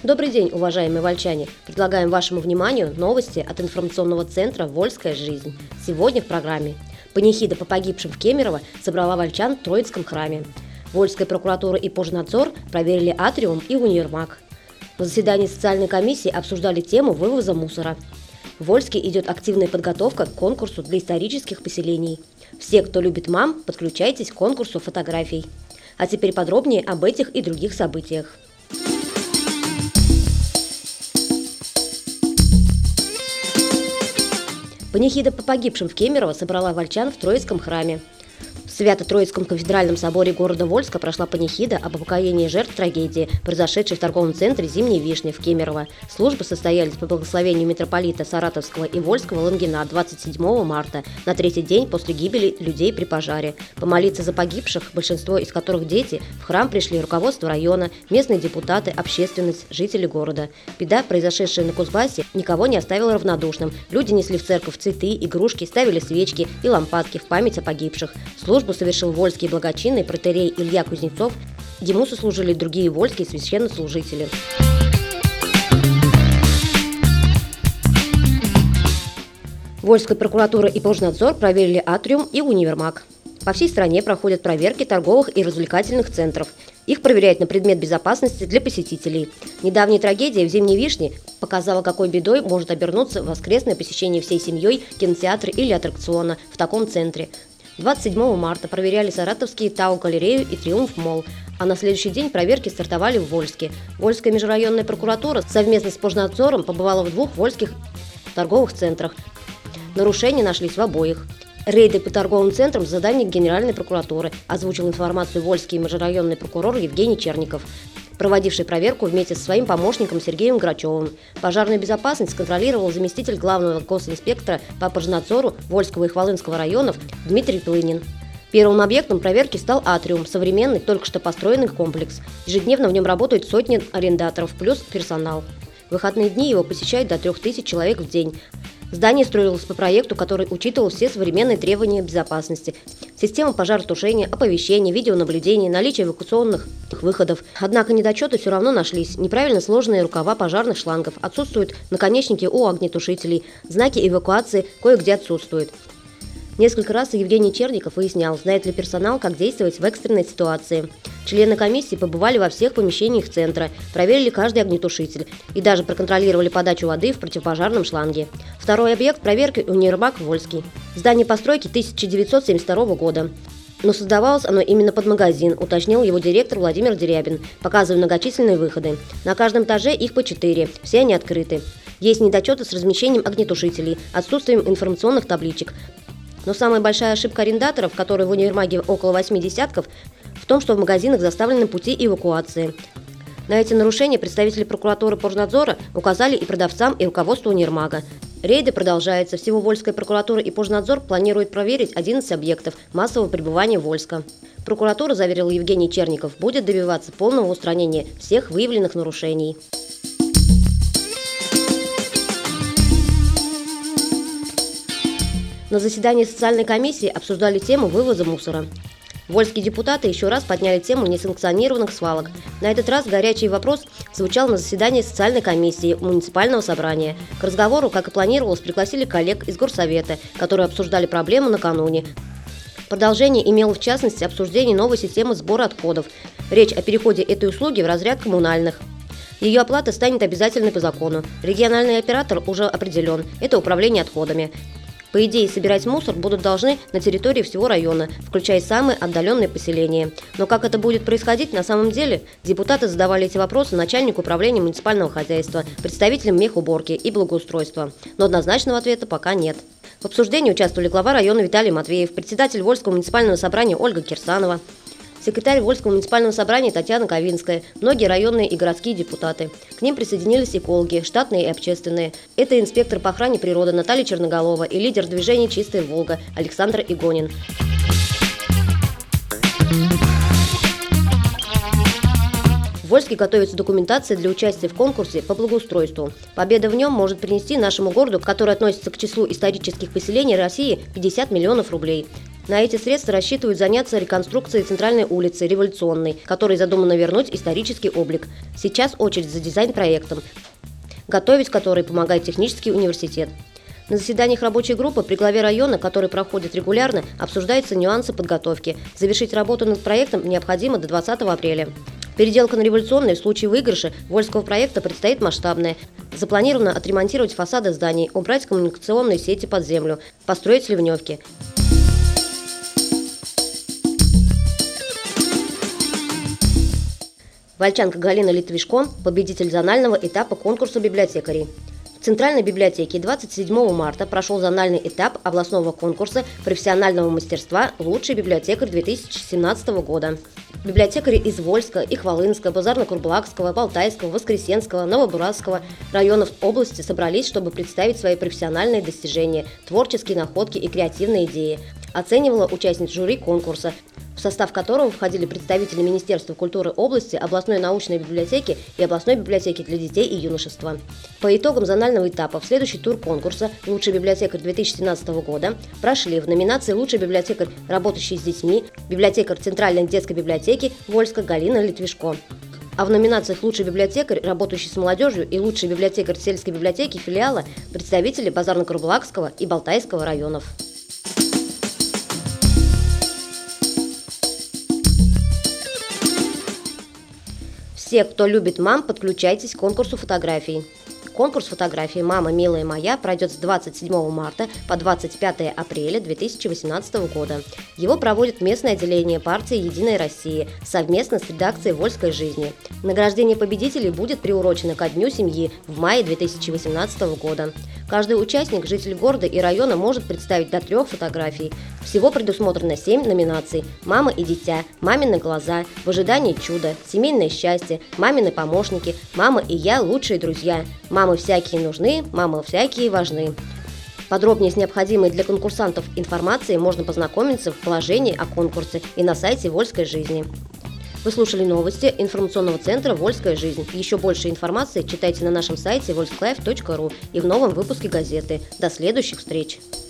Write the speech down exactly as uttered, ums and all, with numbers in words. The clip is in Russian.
Добрый день, уважаемые вольчане! Предлагаем вашему вниманию новости от информационного центра «Вольская жизнь». Сегодня в программе. Панихида по погибшим в Кемерово собрала вольчан в Троицком храме. Вольская прокуратура и Пожнадзор проверили атриум и универмаг. На заседании социальной комиссии обсуждали тему вывоза мусора. В Вольске идет активная подготовка к конкурсу для исторических поселений. Все, кто любит мам, подключайтесь к конкурсу фотографий. А теперь подробнее об этих и других событиях. Панихида по погибшим в Кемерово собрала вольчан в Троицком храме. В Свято-Троицком кафедральном соборе города Вольска прошла панихида об упокоении жертв трагедии, произошедшей в торговом центре «Зимняя вишня» в Кемерово. Службы состоялись по благословению митрополита Саратовского и Вольского Лангина двадцать седьмого марта, на третий день после гибели людей при пожаре. Помолиться за погибших, большинство из которых дети, в храм пришли руководство района, местные депутаты, общественность, жители города. Беда, произошедшая на Кузбассе, никого не оставила равнодушным. Люди несли в церковь цветы, игрушки, ставили свечки и лампадки в память о погибших. Службу совершил вольский благочинный протоиерей Илья Кузнецов, ему сослужили другие вольские священнослужители. Вольская прокуратура и Пожнадзор проверили атриум и универмаг. По всей стране проходят проверки торговых и развлекательных центров. Их проверяют на предмет безопасности для посетителей. Недавняя трагедия в «Зимней вишне» показала, какой бедой может обернуться воскресное посещение всей семьей кинотеатра или аттракциона в таком центре. двадцать седьмого марта проверяли саратовские Тау-галерею и Триумф-молл, а на следующий день проверки стартовали в Вольске. Вольская межрайонная прокуратура совместно с Пожнадзором побывала в двух вольских торговых центрах. Нарушения нашлись в обоих. Рейды по торговым центрам – задание Генеральной прокуратуры, озвучил информацию вольский межрайонный прокурор Евгений Черников, проводивший проверку вместе со своим помощником Сергеем Грачевым. Пожарную безопасность контролировал заместитель главного госинспектора по Пожнадзору Вольского и Хвалынского районов Дмитрий Плынин. Первым объектом проверки стал атриум, современный, только что построенный комплекс. Ежедневно в нем работают сотни арендаторов, плюс персонал. В выходные дни его посещают до трех тысяч человек в день. Здание строилось по проекту, который учитывал все современные требования безопасности. Система пожаротушения, оповещения, видеонаблюдения, наличие эвакуационных выходов. Однако недочеты все равно нашлись. Неправильно сложенные рукава пожарных шлангов, отсутствуют наконечники у огнетушителей, знаки эвакуации кое-где отсутствуют. Несколько раз Евгений Черников выяснял, знает ли персонал, как действовать в экстренной ситуации. Члены комиссии побывали во всех помещениях центра, проверили каждый огнетушитель и даже проконтролировали подачу воды в противопожарном шланге. Второй объект проверки – универмаг Вольский. Здание постройки тысяча девятьсот семьдесят второго года. Но создавалось оно именно под магазин, уточнил его директор Владимир Дерябин, показывая многочисленные выходы. На каждом этаже их по четыре, все они открыты. Есть недочеты с размещением огнетушителей, отсутствием информационных табличек. Но самая большая ошибка арендаторов, которые в универмаге около восьми десятков, в том, что в магазинах заставлены пути эвакуации. На эти нарушения представители прокуратуры Пожнадзора указали и продавцам, и руководству универмага. Рейды продолжаются. Всего Вольская прокуратура и Пожнадзор планируют проверить одиннадцать объектов массового пребывания в Вольска. Прокуратура, заверил Евгений Черников, будет добиваться полного устранения всех выявленных нарушений. На заседании социальной комиссии обсуждали тему вывоза мусора. Вольские депутаты еще раз подняли тему несанкционированных свалок. На этот раз горячий вопрос звучал на заседании социальной комиссии муниципального собрания. К разговору, как и планировалось, пригласили коллег из горсовета, которые обсуждали проблему накануне. Продолжение имело в частности обсуждение новой системы сбора отходов. Речь о переходе этой услуги в разряд коммунальных. Ее оплата станет обязательной по закону. Региональный оператор уже определен – это управление отходами. По идее, собирать мусор будут должны на территории всего района, включая самые отдаленные поселения. Но как это будет происходить на самом деле, депутаты задавали эти вопросы начальнику управления муниципального хозяйства, представителям мехуборки и благоустройства. Но однозначного ответа пока нет. В обсуждении участвовали глава района Виталий Матвеев, председатель Вольского муниципального собрания Ольга Кирсанова, секретарь Вольского муниципального собрания Татьяна Ковинская, многие районные и городские депутаты. К ним присоединились экологи, штатные и общественные. Это инспектор по охране природы Наталья Черноголова и лидер движения «Чистая Волга» Александр Игонин. В Вольске готовится документация для участия в конкурсе по благоустройству. Победа в нем может принести нашему городу, который относится к числу исторических поселений России, пятьдесят миллионов рублей. На эти средства рассчитывают заняться реконструкцией центральной улицы Революционной, которой задумано вернуть исторический облик. Сейчас очередь за дизайн-проектом, готовить который помогает технический университет. На заседаниях рабочей группы при главе района, который проходит регулярно, обсуждаются нюансы подготовки. Завершить работу над проектом необходимо до двадцатого апреля. Переделка на Революционной в случае выигрыша Вольского проекта предстоит масштабная. Запланировано отремонтировать фасады зданий, убрать коммуникационные сети под землю, построить ливневки. Вольчанка Галина Литвишко – победитель зонального этапа конкурса библиотекарей. В Центральной библиотеке двадцать седьмого марта прошел зональный этап областного конкурса профессионального мастерства «Лучший библиотекарь две тысячи семнадцатого года». Библиотекари из Вольска, Ихвалынска, Базарно-Курбулакского, Балтайского, Воскресенского, Новобурасского районов области собрались, чтобы представить свои профессиональные достижения, творческие находки и креативные идеи. Оценивала участниц жюри конкурса, в состав которого входили представители Министерства культуры области, областной научной библиотеки и областной библиотеки для детей и юношества. По итогам зонального этапа в следующий тур конкурса «Лучший библиотекарь две тысячи семнадцатого года» прошли в номинации «Лучший библиотекарь, работающий с детьми», библиотекарь Центральной детской библиотеки Вольска Галина Литвишко. А в номинациях «Лучший библиотекарь, работающий с молодежью» и «Лучший библиотекарь сельской библиотеки» филиала представители Базарно-Курбулакского и Балтайского районов. Все, кто любит мам, подключайтесь к конкурсу фотографий. Конкурс фотографии «Мама, милая моя» пройдет с двадцать седьмого марта по двадцать пятое апреля две тысячи восемнадцатого года. Его проводит местное отделение партии «Единая Россия» совместно с редакцией «Вольской жизни». Награждение победителей будет приурочено ко Дню семьи в мае две тысячи восемнадцатого года. Каждый участник, житель города и района, может представить до трех фотографий. Всего предусмотрено семь номинаций: «Мама и дитя», «Мамины глаза», «В ожидании чуда», «Семейное счастье», «Мамины помощники», «Мама и я – лучшие друзья», «Мамы всякие нужны», «Мамы всякие важны». Подробнее с необходимой для конкурсантов информацией можно познакомиться в положении о конкурсе и на сайте «Вольской жизни». Вы слушали новости информационного центра «Вольская жизнь». Еще больше информации читайте на нашем сайте вольсклайф точка ру и в новом выпуске газеты. До следующих встреч!